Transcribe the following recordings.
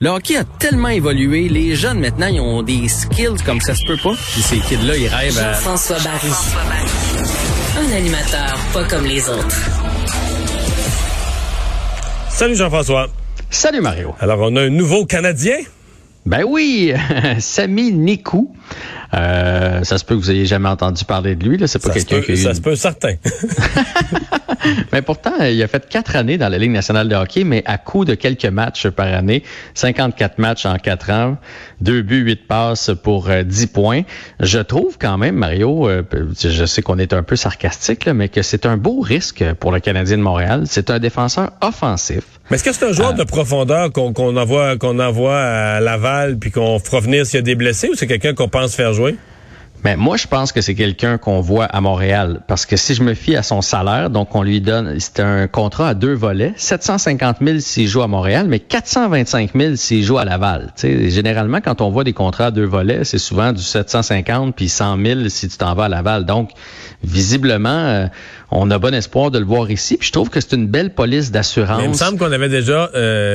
Le hockey a tellement évolué. Les jeunes, maintenant, ils ont des skills comme ça se peut pas. Puis ces kids-là, ils rêvent à... Jean-François Barry. Un animateur pas comme les autres. Salut Jean-François. Salut Mario. Alors, on a un nouveau Canadien. Ben oui, Sami Niku. Ça se peut que vous ayez jamais entendu parler de lui. Là. C'est pas quelqu'un qui a eu... Ça se peut, certain. Mais pourtant, il a fait 4 années dans la Ligue nationale de hockey, mais à coup de quelques matchs par année. 54 matchs en 4 ans, 2 buts, 8 passes pour 10 points. Je trouve quand même, Mario, je sais qu'on est un peu sarcastique, là, mais que c'est un beau risque pour le Canadien de Montréal. C'est un défenseur offensif. Mais est-ce que c'est un joueur de profondeur qu'on envoie à Laval puis qu'on fera venir s'il y a des blessés, ou c'est quelqu'un qu'on pense faire jouer? Mais moi, je pense que c'est quelqu'un qu'on voit à Montréal. Parce que si je me fie à son salaire, donc on lui donne, c'est un contrat à 2 volets, 750 000 s'il joue à Montréal, mais 425 000 s'il joue à Laval. Tu sais, généralement, quand on voit des contrats à 2 volets, c'est souvent du 750 puis 100 000 si tu t'en vas à Laval. Donc, visiblement, on a bon espoir de le voir ici. Puis je trouve que c'est une belle police d'assurance. Mais il me semble qu'on avait déjà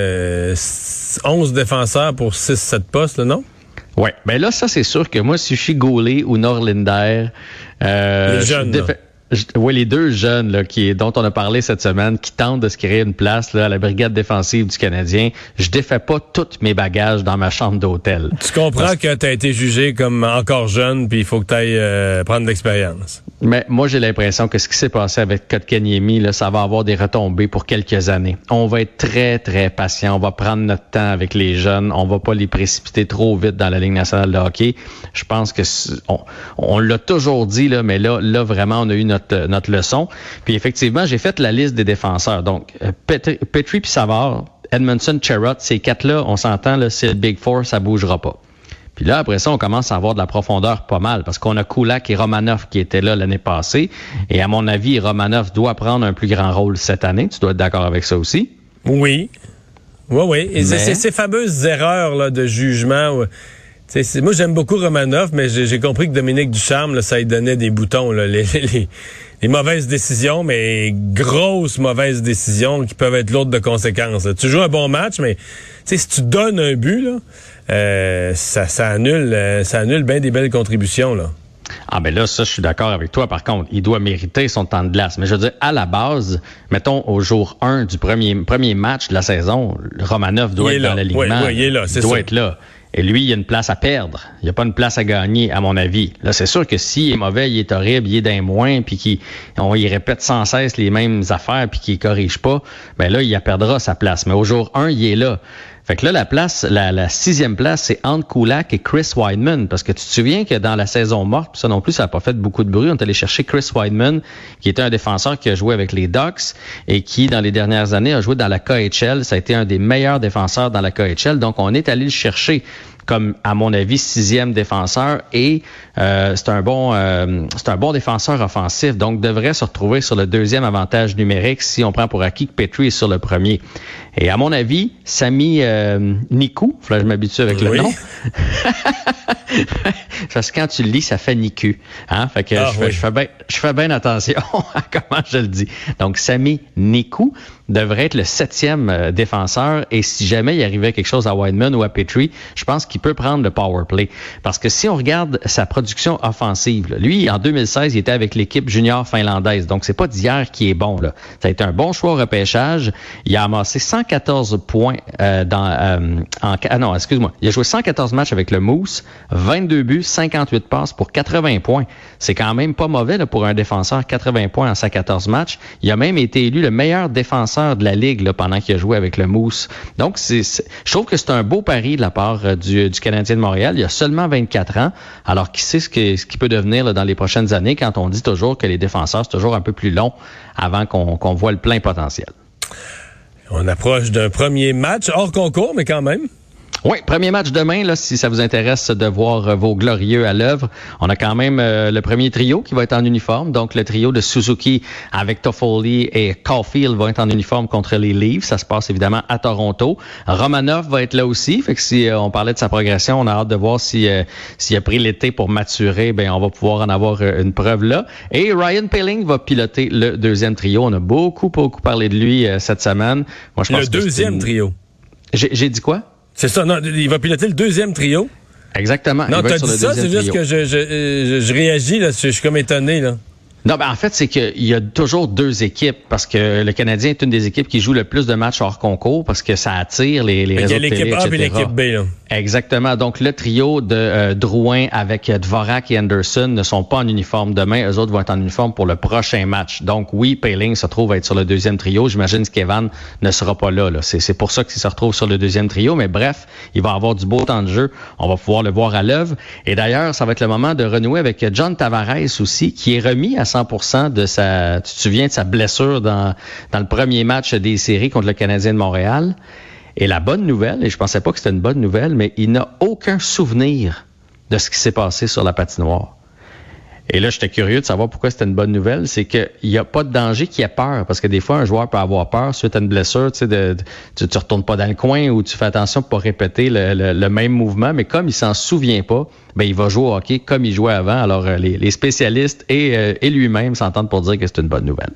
11 défenseurs pour 6-7 postes, là, non? Ouais, ben là, ça, c'est sûr que moi, si je suis Goulet ou Norlinder... les jeunes, oui, les 2 jeunes là, dont on a parlé cette semaine, qui tentent de se créer une place là, à la brigade défensive du Canadien, je défais pas tous mes bagages dans ma chambre d'hôtel. Tu comprends que tu as été jugé comme encore jeune, puis il faut que tu ailles prendre de l'expérience. Mais moi, j'ai l'impression que ce qui s'est passé avec Kotkaniemi, là, ça va avoir des retombées pour quelques années. On va être très, très patient. On va prendre notre temps avec les jeunes. On va pas les précipiter trop vite dans la Ligue nationale de hockey. Je pense que on l'a toujours dit, là, mais là, vraiment, on a eu notre leçon. Puis effectivement, j'ai fait la liste des défenseurs. Donc, Petrie puis Savard, Edmondson, Chariot, ces 4-là, on s'entend, là, c'est le Big Four, ça bougera pas. Puis là, après ça, on commence à avoir de la profondeur pas mal, parce qu'on a Kulak et Romanov qui étaient là l'année passée. Et à mon avis, Romanov doit prendre un plus grand rôle cette année. Tu dois être d'accord avec ça aussi? Oui. Oui. Et c'est ces fameuses erreurs là, de jugement. Moi, j'aime beaucoup Romanov, mais j'ai compris que Dominique Ducharme, là, ça lui donnait des boutons. Là, les mauvaises décisions, mais grosses mauvaises décisions qui peuvent être lourdes de conséquences. Là. Tu joues un bon match, mais si tu donnes un but, là, ça annule bien des belles contributions, là. Ah ben là, ça, je suis d'accord avec toi. Par contre, il doit mériter son temps de glace. Mais je veux dire, à la base, mettons, au jour 1 du premier match de la saison, Romanov doit être dans l'alignement. Oui, il est là, c'est ça. Il doit être là. Et lui, il y a une place à perdre. Il n'y a pas une place à gagner, à mon avis. Là, c'est sûr que s'il est mauvais, il est horrible, il est d'un moins, puis il répète sans cesse les mêmes affaires, puis qu'il corrige pas, ben là, il perdra sa place. Mais au jour 1, il est là. Fait que là, la 6e place, c'est entre Kulak et Chris Wideman. Parce que tu te souviens que dans la saison morte, ça non plus, ça n'a pas fait beaucoup de bruit. On est allé chercher Chris Wideman, qui était un défenseur qui a joué avec les Ducks et qui, dans les dernières années, a joué dans la KHL. Ça a été un des meilleurs défenseurs dans la KHL. Donc, on est allé le chercher comme, à mon avis, 6e défenseur, et c'est un bon défenseur offensif, donc devrait se retrouver sur le 2e avantage numérique si on prend pour acquis que Petrie est sur le premier. Et à mon avis, Sami Niku, faut que je m'habitue avec le nom. Parce que quand tu le lis, ça fait Niku. Hein? Fait que je fais bien attention à comment je le dis. Donc, Sami Niku devrait être le 7e défenseur, et si jamais il arrivait quelque chose à Wideman ou à Petrie, je pense qu'il peut prendre le power play. Parce que si on regarde sa production offensive, là, lui, en 2016, il était avec l'équipe junior finlandaise. Donc, c'est pas d'hier qui est bon, là. Ça a été un bon choix au repêchage. Il a amassé 114 points il a joué 114 matchs avec le Moose, 22 buts, 58 passes pour 80 points. C'est quand même pas mauvais là, pour un défenseur, 80 points en 114 matchs. Il a même été élu le meilleur défenseur de la Ligue là, pendant qu'il a joué avec le Moose. Donc, je trouve que c'est un beau pari de la part du Canadien de Montréal. Il a seulement 24 ans, alors qui sait ce qu'il peut devenir là, dans les prochaines années, quand on dit toujours que les défenseurs, c'est toujours un peu plus long avant qu'on voit le plein potentiel. On approche d'un premier match, hors concours, mais quand même. Oui, premier match demain, là, si ça vous intéresse de voir vos glorieux à l'œuvre. On a quand même le premier trio qui va être en uniforme. Donc, le trio de Suzuki avec Toffoli et Caulfield va être en uniforme contre les Leafs. Ça se passe évidemment à Toronto. Romanov va être là aussi. Fait que si on parlait de sa progression, on a hâte de voir s'il a pris l'été pour maturer. Ben, on va pouvoir en avoir une preuve là. Et Ryan Poehling va piloter le deuxième trio. On a beaucoup parlé de lui cette semaine. Moi, je pense le deuxième trio. J'ai dit quoi? C'est ça, non, il va piloter le deuxième trio. Exactement. Non, t'as dit ça, c'est juste que je réagis, là, je suis comme étonné, là. Non, ben en fait, c'est qu'il y a toujours deux équipes parce que le Canadien est une des équipes qui joue le plus de matchs hors concours parce que ça attire les réseaux de télé, il y a l'équipe A et l'équipe B, là. Exactement. Donc, le trio de Drouin avec Dvorak et Anderson ne sont pas en uniforme demain. Eux autres vont être en uniforme pour le prochain match. Donc, oui, Poehling se trouve à être sur le deuxième trio. J'imagine qu'Evan ne sera pas là. C'est pour ça qu'il se retrouve sur le deuxième trio. Mais bref, il va avoir du beau temps de jeu. On va pouvoir le voir à l'œuvre. Et d'ailleurs, ça va être le moment de renouer avec John Tavares aussi, qui est remis à 100% de sa... Tu te souviens de sa blessure dans le premier match des séries contre le Canadien de Montréal? Et la bonne nouvelle, et je pensais pas que c'était une bonne nouvelle, mais il n'a aucun souvenir de ce qui s'est passé sur la patinoire. Et là, j'étais curieux de savoir pourquoi c'était une bonne nouvelle. C'est qu'il n'y a pas de danger qu'il ait peur. Parce que des fois, un joueur peut avoir peur suite à une blessure. Tu sais, tu retournes pas dans le coin ou tu fais attention pour pas répéter le même mouvement. Mais comme il s'en souvient pas, ben il va jouer au hockey comme il jouait avant. Alors, les spécialistes et lui-même s'entendent pour dire que c'est une bonne nouvelle.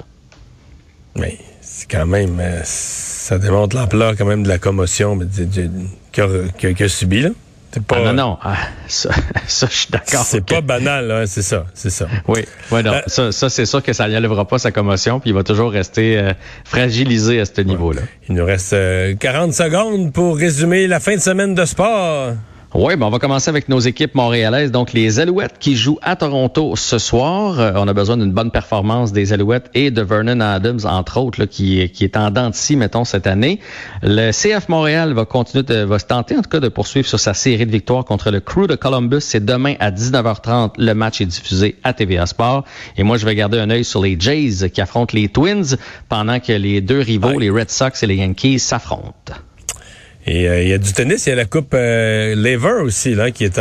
Mais c'est quand même... ça démontre l'ampleur quand même de la commotion qu'il a subie, là. C'est pas... non. Ça, je suis d'accord. C'est pas banal, là, c'est ça. Oui, non. Ça, c'est sûr que ça n'enlèvera pas sa commotion, puis il va toujours rester fragilisé à ce niveau-là. Il nous reste 40 secondes pour résumer la fin de semaine de sport. Oui, on va commencer avec nos équipes montréalaises. Donc, les Alouettes qui jouent à Toronto ce soir. On a besoin d'une bonne performance des Alouettes et de Vernon Adams, entre autres, là, qui est en dents de scie, mettons, cette année. Le CF Montréal va se tenter, en tout cas, de poursuivre sur sa série de victoires contre le Crew de Columbus. C'est demain à 19h30. Le match est diffusé à TVA Sport. Et moi, je vais garder un œil sur les Jays qui affrontent les Twins pendant que les deux rivaux, les Red Sox et les Yankees, s'affrontent. Et il y a du tennis, il y a la Coupe Lever aussi là qui est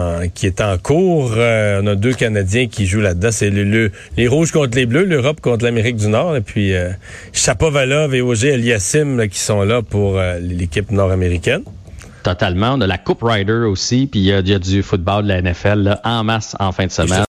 en cours. On a deux Canadiens qui jouent là-dedans. C'est les Rouges contre les Bleus, l'Europe contre l'Amérique du Nord. Et puis Shapovalov et Auger Aliassime là, qui sont là pour l'équipe nord-américaine. Totalement. On a la Coupe Ryder aussi, puis il y a du football de la NFL là, en masse en fin de semaine.